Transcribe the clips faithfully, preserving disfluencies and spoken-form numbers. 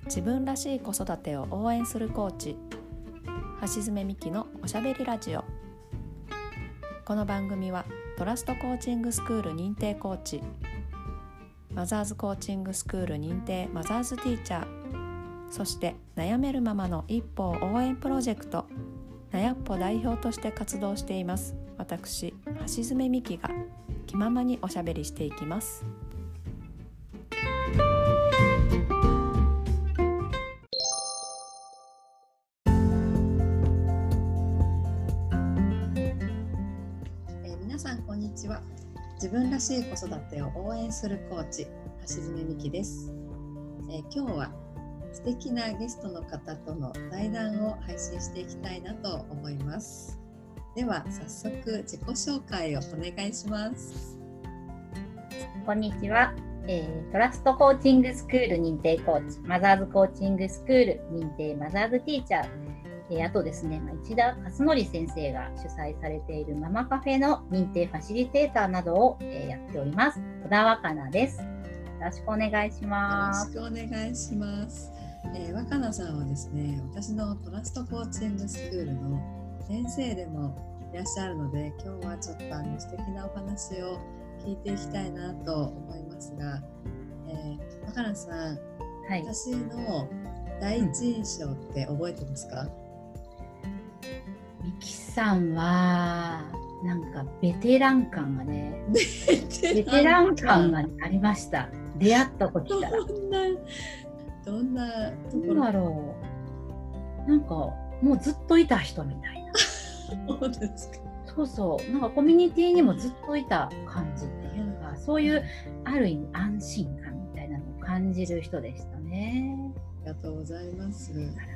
自分らしい子育てを応援するコーチ、橋爪美希のおしゃべりラジオ。この番組はトラストコーチングスクール認定コーチ、マザーズコーチングスクール認定マザーズティーチャー、そして悩めるママの一歩を応援プロジェクトなやっぽ代表として活動しています私橋爪美希が気ままにおしゃべりしていきます。こんにちは。自分らしい子育てを応援するコーチ、橋爪美希です、えー、今日は素敵なゲストの方との対談を配信していきたいなと思います。では早速自己紹介をお願いします。 こんにちは、えー、トラストコーチングスクール認定コーチ、マザーズコーチングスクール認定マザーズティーチャー、えー、あとですね、市田勝則先生が主催されているママカフェの認定ファシリテーターなどを、えー、やっております小田若菜です。よろしくお願いします。 よろしくお願いします。えー、若菜さんはですね、私のトラストコーチングスクールの先生でもいらっしゃるので、今日はちょっとあの素敵なお話を聞いていきたいなと思いますが、えー、若菜さん、はい、私の第一印象って覚えてますか？ 美希さんはなんかベテラン感がねベテラン感がありました。出会った時から。 どんなどんなところ？ どうだろう。なんかもうずっといた人みたいな。 そうですか。 そうそう。なんかコミュニティにもずっといた感じっていうか、そういうある意味安心感みたいなのを感じる人でしたね。 ありがとうございます。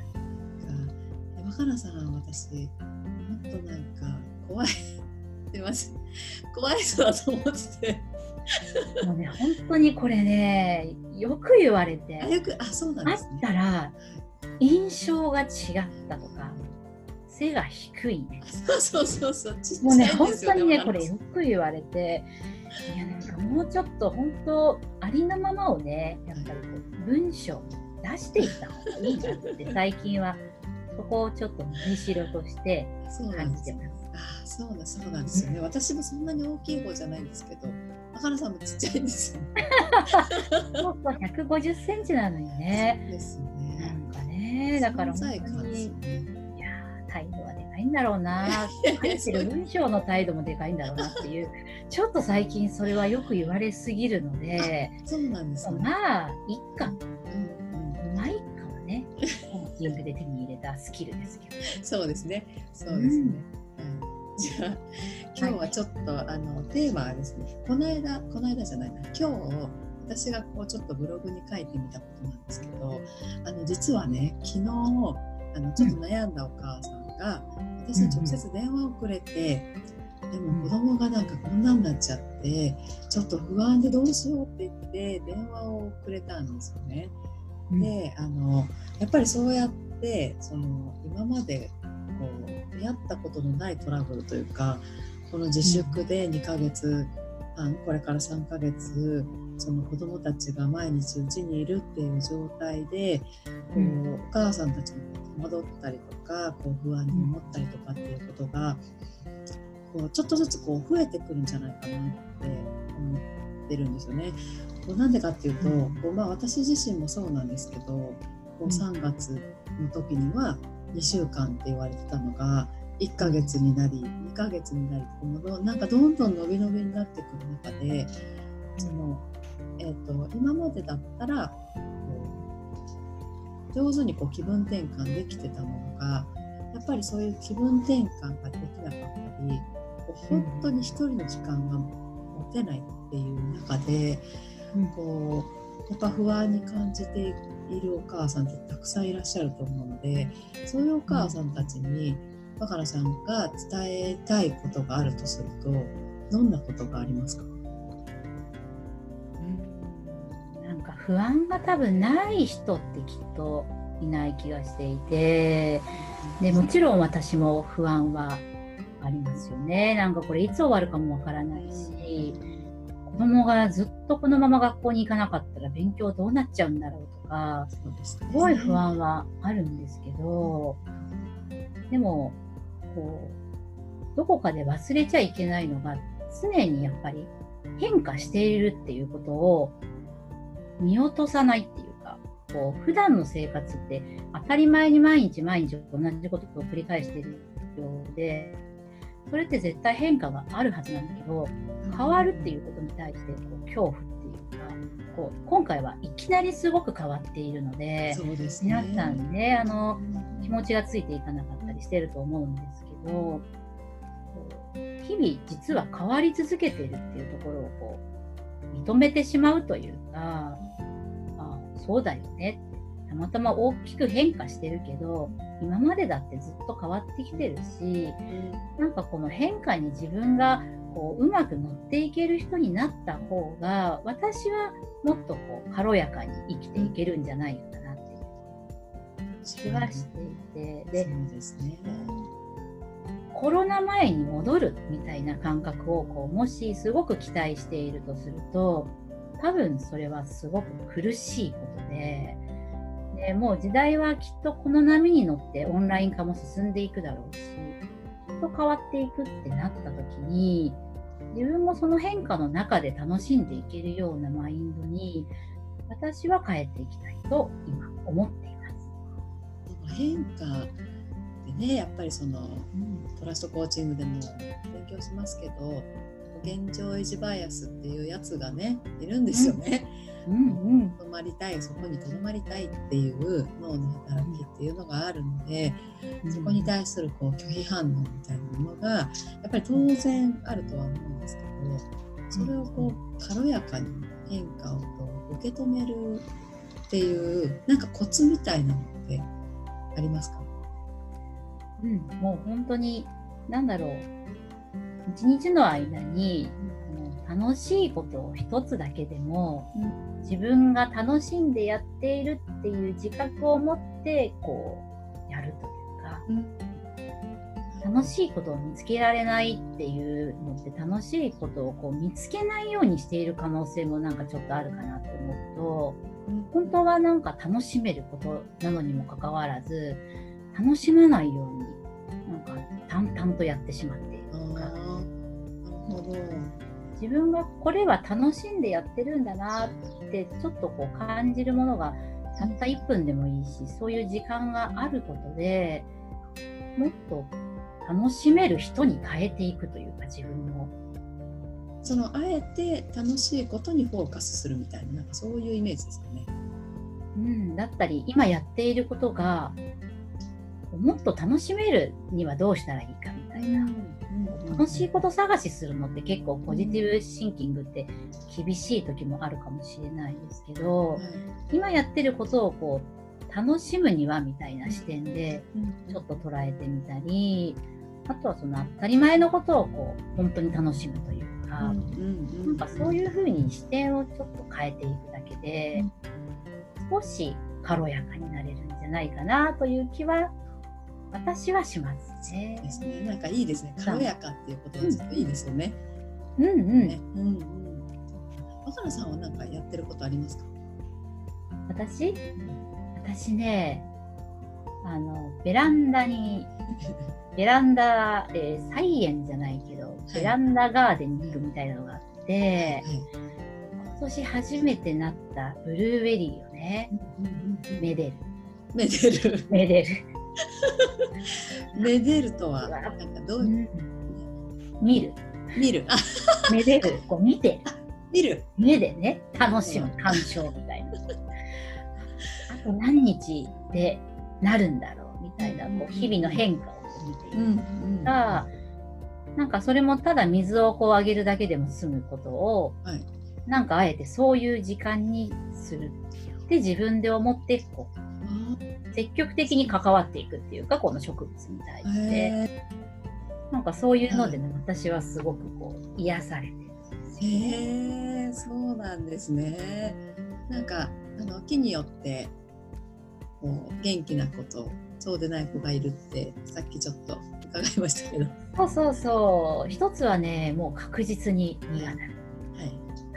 若菜さん、私もっとなんか怖いすいません怖い人だと思っててもうね、本当にこれね、よく言われて、 あ、よく、あ、そうなんですね。 あったら印象が違ったとか、背が低いね、 そうそうそうそう、ちっちゃいですよね。 もうね、本当にね、これよく言われて、いや、なんかもうちょっと本当ありのままをね、やっぱりこう文章出していった方がいいなって最近はそこをちょっと見しろとして感じてます。 あ、そうだそうなんですよね、うん、私もそんなに大きい方じゃないんですけど、若菜さんもちっちゃいんですよねそうそう、ひゃくごじゅっセンチなのよね。 そうですよね。 なんかね、だから本当に、ね、いや態度はでかいんだろうな、書いてる文章の態度もでかいんだろうなっていうちょっと最近それはよく言われすぎるので、 そうなんですね。 まあいっか、うんうん、まあいっかはね、コーチングで手に入れたスキルですけどそうですね、そうですね、うん、じゃあ今日はちょっと、はい、あのテーマはですね、この間この間じゃないな今日私がこうちょっとブログに書いてみたことなんですけど、あの実はね、昨日あのちょっと悩んだお母さんが、うん、私に直接電話をくれて、うん、でも子供がなんかこんなになっちゃってちょっと不安でどうしようって言って電話をくれたんですよね。で、あのやっぱりそうやってその今までこう出会ったことのないトラブルというか、この自粛でにかげつはん、これからさんかげつその子どもたちが毎日うちにいるっていう状態で、こうお母さんたちも戸惑ったりとか、こう不安に思ったりとかっていうことがこうちょっとずつこう増えてくるんじゃないかなって思ってるんですよね。なんでかっていうと、こうまあ、私自身もそうなんですけど、こうさんがつの時にはにしゅうかんって言われてたのがいっかげつになりにかげつになり、こうなんかどんどん伸び伸びになってくる中で、その、えーと、今までだったらこう上手にこう気分転換できてたものが、やっぱりそういう気分転換ができなかったり、こう本当に一人の時間が持てないっていう中で、こうやっぱ不安に感じているお母さんってたくさんいらっしゃると思うので、そういうお母さんたちに若菜さんが伝えたいことがあるとすると、どんなことがありますか？ うん、なんか不安が多分ない人ってきっといない気がしていて、でもちろん私も不安はありますよね。なんかこれいつ終わるかもわからないし、子供がずっとこのまま学校に行かなかったら勉強どうなっちゃうんだろうとか、 そうですね、 すごい不安はあるんですけど、でもこうどこかで忘れちゃいけないのが、常にやっぱり変化しているっていうことを見落とさないっていうか、こう普段の生活って当たり前に毎日毎日同じことを繰り返しているようで、それって絶対変化があるはずなんだけど、変わるっていうことに対してこう恐怖っていうか、こう今回はいきなりすごく変わっているので、 そうですね、 皆さんね、あの気持ちがついていかなかったりしてると思うんですけど、日々実は変わり続けているっていうところをこう認めてしまうというか、あ、そうだよね、たまたま大きく変化してるけど今までだってずっと変わってきてるし、なんかこの変化に自分がこううまく乗っていける人になった方が、私はもっとこう軽やかに生きていけるんじゃないかなっていう気はしていて、で、 そうですね、 コロナ前に戻るみたいな感覚をこうもしすごく期待しているとすると、多分それはすごく苦しいことで、でもう時代はきっとこの波に乗ってオンライン化も進んでいくだろうし、きっと変わっていくってなった時に、自分もその変化の中で楽しんでいけるようなマインドに私は変えていきたいと今思っています。 でも変化でね、やっぱりその、うん、トラストコーチングでも勉強しますけど、現状維持バイアスっていうやつがねいるんですよね。 うんうん、 とどまりたい、そこにとどまりたいっていう脳の働きっていうのがあるので、うん、そこに対するこう拒否反応みたいなものがやっぱり当然あるとは思うんですけど、それをこう軽やかに変化をこう受け止めるっていうなんかコツみたいなのってありますか？ うん、もう本当に何だろう、一日の間に、うん、楽しいことを一つだけでも、うん、自分が楽しんでやっているっていう自覚を持ってこうやるというか、うん、楽しいことを見つけられないっていうのって、楽しいことをこう見つけないようにしている可能性もなんかちょっとあるかなと思うと、うん、本当はなんか楽しめることなのにもかかわらず、楽しまないようになんか淡々とやってしまっているとか、なるほど、自分がこれは楽しんでやってるんだなってちょっとこう感じるものがたったいっぷんでもいいし、そういう時間があることでもっと楽しめる人に変えていくというか、自分をそのあえて楽しいことにフォーカスするみたいな、なんかそういうイメージですかね。 うん、だったり今やっていることがもっと楽しめるにはどうしたらいいかみたいな、うんうん、楽しいこと探しするのって結構ポジティブシンキングって厳しい時もあるかもしれないですけど、うん、今やってることをこう楽しむにはみたいな視点でちょっと捉えてみたり、あとはその当たり前のことをこう本当に楽しむというか、うんうんうん、なんかそういう風に視点をちょっと変えていくだけで、うん、少し軽やかになれるんじゃないかなという気は私はしますね。 そうですね。なんかいいですね。軽やかっていうことはちょっといいですよね。 うんうん。ね、 うんうん。若菜さんは何かやってることありますか？ 私？私ね、あのベランダにベランダ、えー、菜園じゃないけど、はい、ベランダガーデニングみたいなのがあって、はいはい、今年初めてなったブルーベリーをね、うんうん、めでる。 めでる。 めでる。 めでるとはなんかどういう、 うん、見る見るめでる、こう見て見る目でね、楽しむ、鑑賞みたいなあと何日でなるんだろうみたいな、こう日々の変化を見ているとか、うんうん、なんかそれもただ水をこうあげるだけでも済むことを、はい、なんかあえてそういう時間にするって自分で思ってこう積極的に関わっていくっていうか、この植物に対して、なんかそういうのでね、はい、私はすごくこう癒されてるんですよね。 へー、そうなんですね。なんかあの木によってこう元気な子とそうでない子がいるってさっきちょっと伺いましたけど、 そうそうそう、一つはねもう確実に実がなる、はい、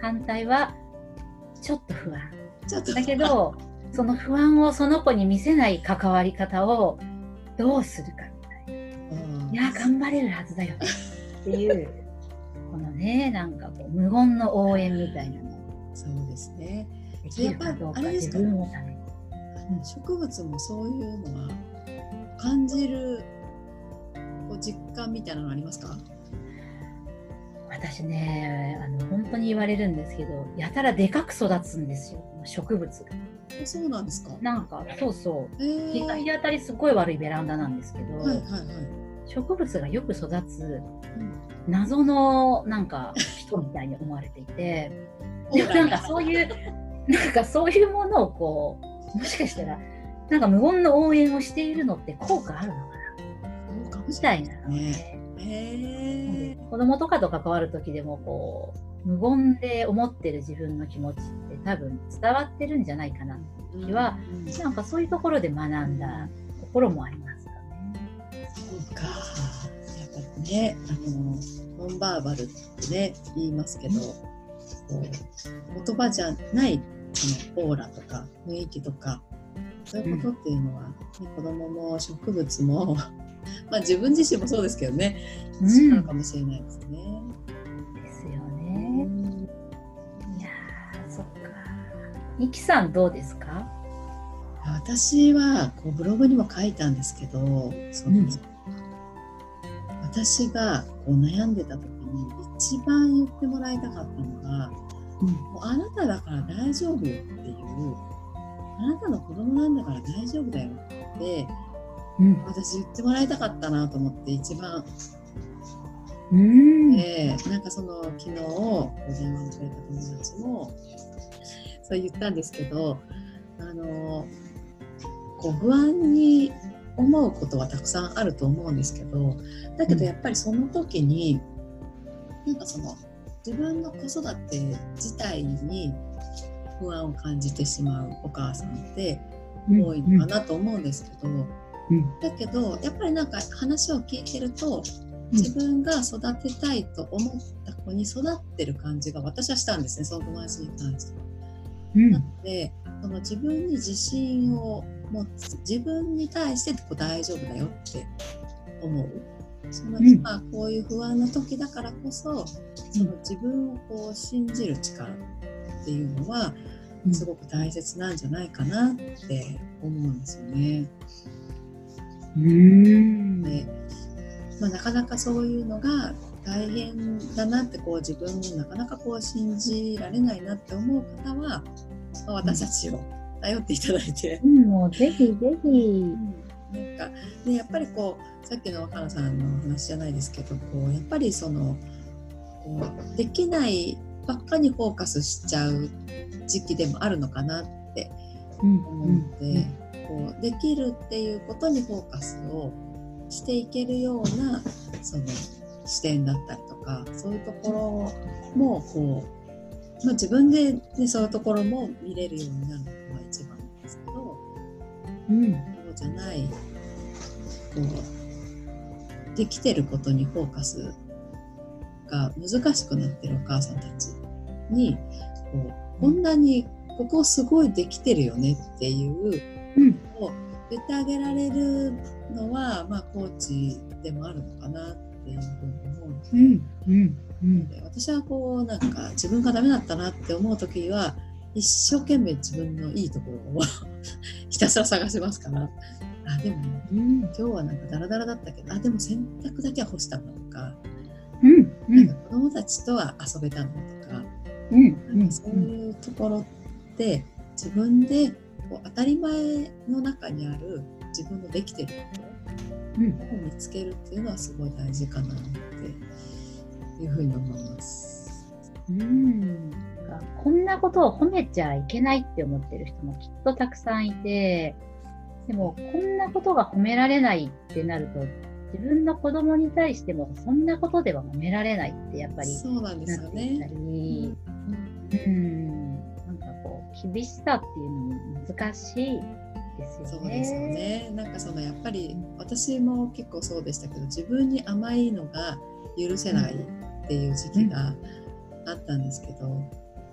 反対はちょっと不安。 ちょっとだけどその不安をその子に見せない関わり方をどうするかみたいな。いや頑張れるはずだよねっていうこのね、なんかこう無言の応援みたいなの。 そうですね。 できるかどうか自分のために。 植物もそういうのは感じるこう実感みたいなのありますか？ 私ね、あの本当に言われるんですけど、やたらでかく育つんですよ、植物が。 そうなんですか？ なんかそうそう、 えー、 日当たりすごい悪いベランダなんですけど、 はいはいはい、 植物がよく育つ謎のなんか人みたいに思われていて、でもなんかそういうなんかそういうものをこうもしかしたらなんか無言の応援をしているのって効果あるのかなみたいなのね。へー。子供とかと関わる時でもこう無言で思ってる自分の気持ちって多分伝わってるんじゃないかなっていう気は、うんうん、なんかそういうところで学んだところもありますかね。 そうか、やっぱりね、あのノンバーバルってね言いますけど、うん、言葉じゃないそのオーラとか雰囲気とかそういうことっていうのは、ね、うん、子供も植物もまあ自分自身もそうですけどね、違うかもしれないですね。 ですよね。いやー、そっか。ミキさんどうですか？ 私はこうブログにも書いたんですけど、その、うん、私がこう悩んでた時に一番言ってもらいたかったのが、うん、もうあなただから大丈夫よっていう、あなたの子供なんだから大丈夫だよって、うん、私言ってもらいたかったなと思って一番、うん、えー、なんかその昨日電話をくれた友達もそう言ったんですけど、あのこう不安に思うことはたくさんあると思うんですけど、だけどやっぱりその時に、うん、なんかその自分の子育て自体に不安を感じてしまうお母さんって多いのかなと思うんですけど、うんうん、だけどやっぱりなんか話を聞いてると自分が育てたいと思った子に育ってる感じが私はしたんですね、その友達に関しては、うん、なのでその自分に自信を持つ、自分に対してこう大丈夫だよって思う、その今こういう不安な時だからこそその自分をこう信じる力っていうのはすごく大切なんじゃないかなって思うんですよね。うーん、で、まあ、なかなかそういうのが大変だなってこう自分をなかなかこう信じられないなって思う方は、まあ、私たちを頼っていただいて、 うん、もうぜひぜひ、 なんか、ね、やっぱりこうさっきの若菜さんの話じゃないですけど、こうやっぱりそのこうできないばっかにフォーカスしちゃう時期でもあるのかなって思って、うんうん、こうできるっていうことにフォーカスをしていけるようなその視点だったりとか、そういうところもこう、まあ、自分で、ね、そういうところも見れるようになるのが一番なんですけど、うん、そうじゃないこうできてることにフォーカスが難しくなってるお母さんたちにこうこんなにここすごいできてるよねっていうのを言ってあげられるのは、まあ、コーチでもあるのかなっていうふうに思うので、うんうんうん、で私はこうなんか自分がダメだったなって思う時は一生懸命自分のいいところをひたすら探しますから、あでも、うん、今日はなんかダラダラだったけど、あでも洗濯だけは干したんだとか、うんうん、なんか子供たちとは遊べたんだとか、うん、なんかそういうところって自分でこう当たり前の中にある自分のできてることを見つけるっていうのはすごい大事かなっていうふうに思います。 うん、こんなことを褒めちゃいけないって思ってる人もきっとたくさんいて、でもこんなことが褒められないってなると自分の子供に対してもそんなことでは褒められないってやっぱりそうなんですよね。 なっていたり、うん、なんかこう厳しさっていうのも難しいですよね。 そうですよね。なんかそのやっぱり私も結構そうでしたけど、自分に甘いのが許せないっていう時期があったんですけど、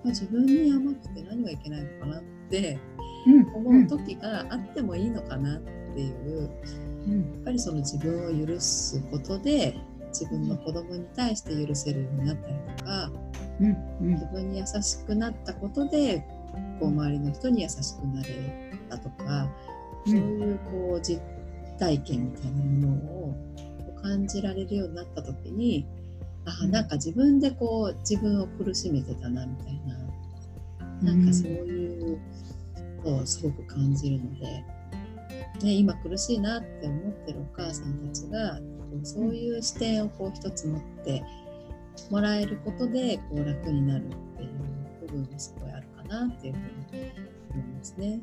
自分に甘くて何がいけないのかなってうん思う時があってもいいのかなっていう、 うんやっぱりその自分を許すことで自分の子供に対して許せるようになったりとか、 うんうん自分に優しくなったことでこう周りの人に優しくなれたとか、そういうこう実体験みたいなものを感じられるようになった時に、あ、なんか自分でこう自分を苦しめてたなみたいな、なんかそういうのをすごく感じるので、ね、今苦しいなって思ってるお母さんたちがそういう視点をこう一つ持ってもらえることでこう楽になるっていう部分がすごいあるかなっていうふうに思いますね。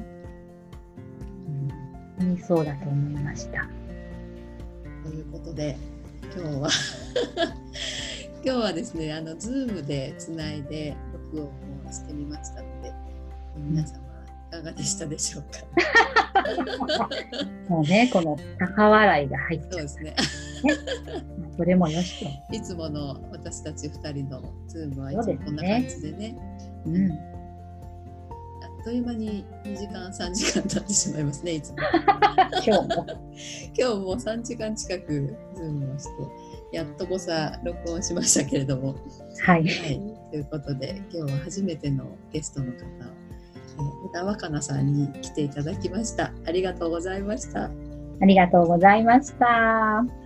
うん、そうだと思いました。 ということで今日は今日はですね、あの Zoom でつないで録音をしてみましたので、皆様いかがでしたでしょうか。 もうね、この高笑いが入っちゃう。 そうですね。 それもよしと。 いつもの私たちふたりの Zoom はいつもこんな感じでね。 うん。 あっという間ににじかんさんじかん経ってしまいますね、いつも。 今日も今日もさんじかん近く Zoom をしてやっとこさ録音しましたけれども、 はい、 はい、ということで今日は初めてのゲストの方、宇田若菜さんに来ていただきました。ありがとうございました。 ありがとうございました。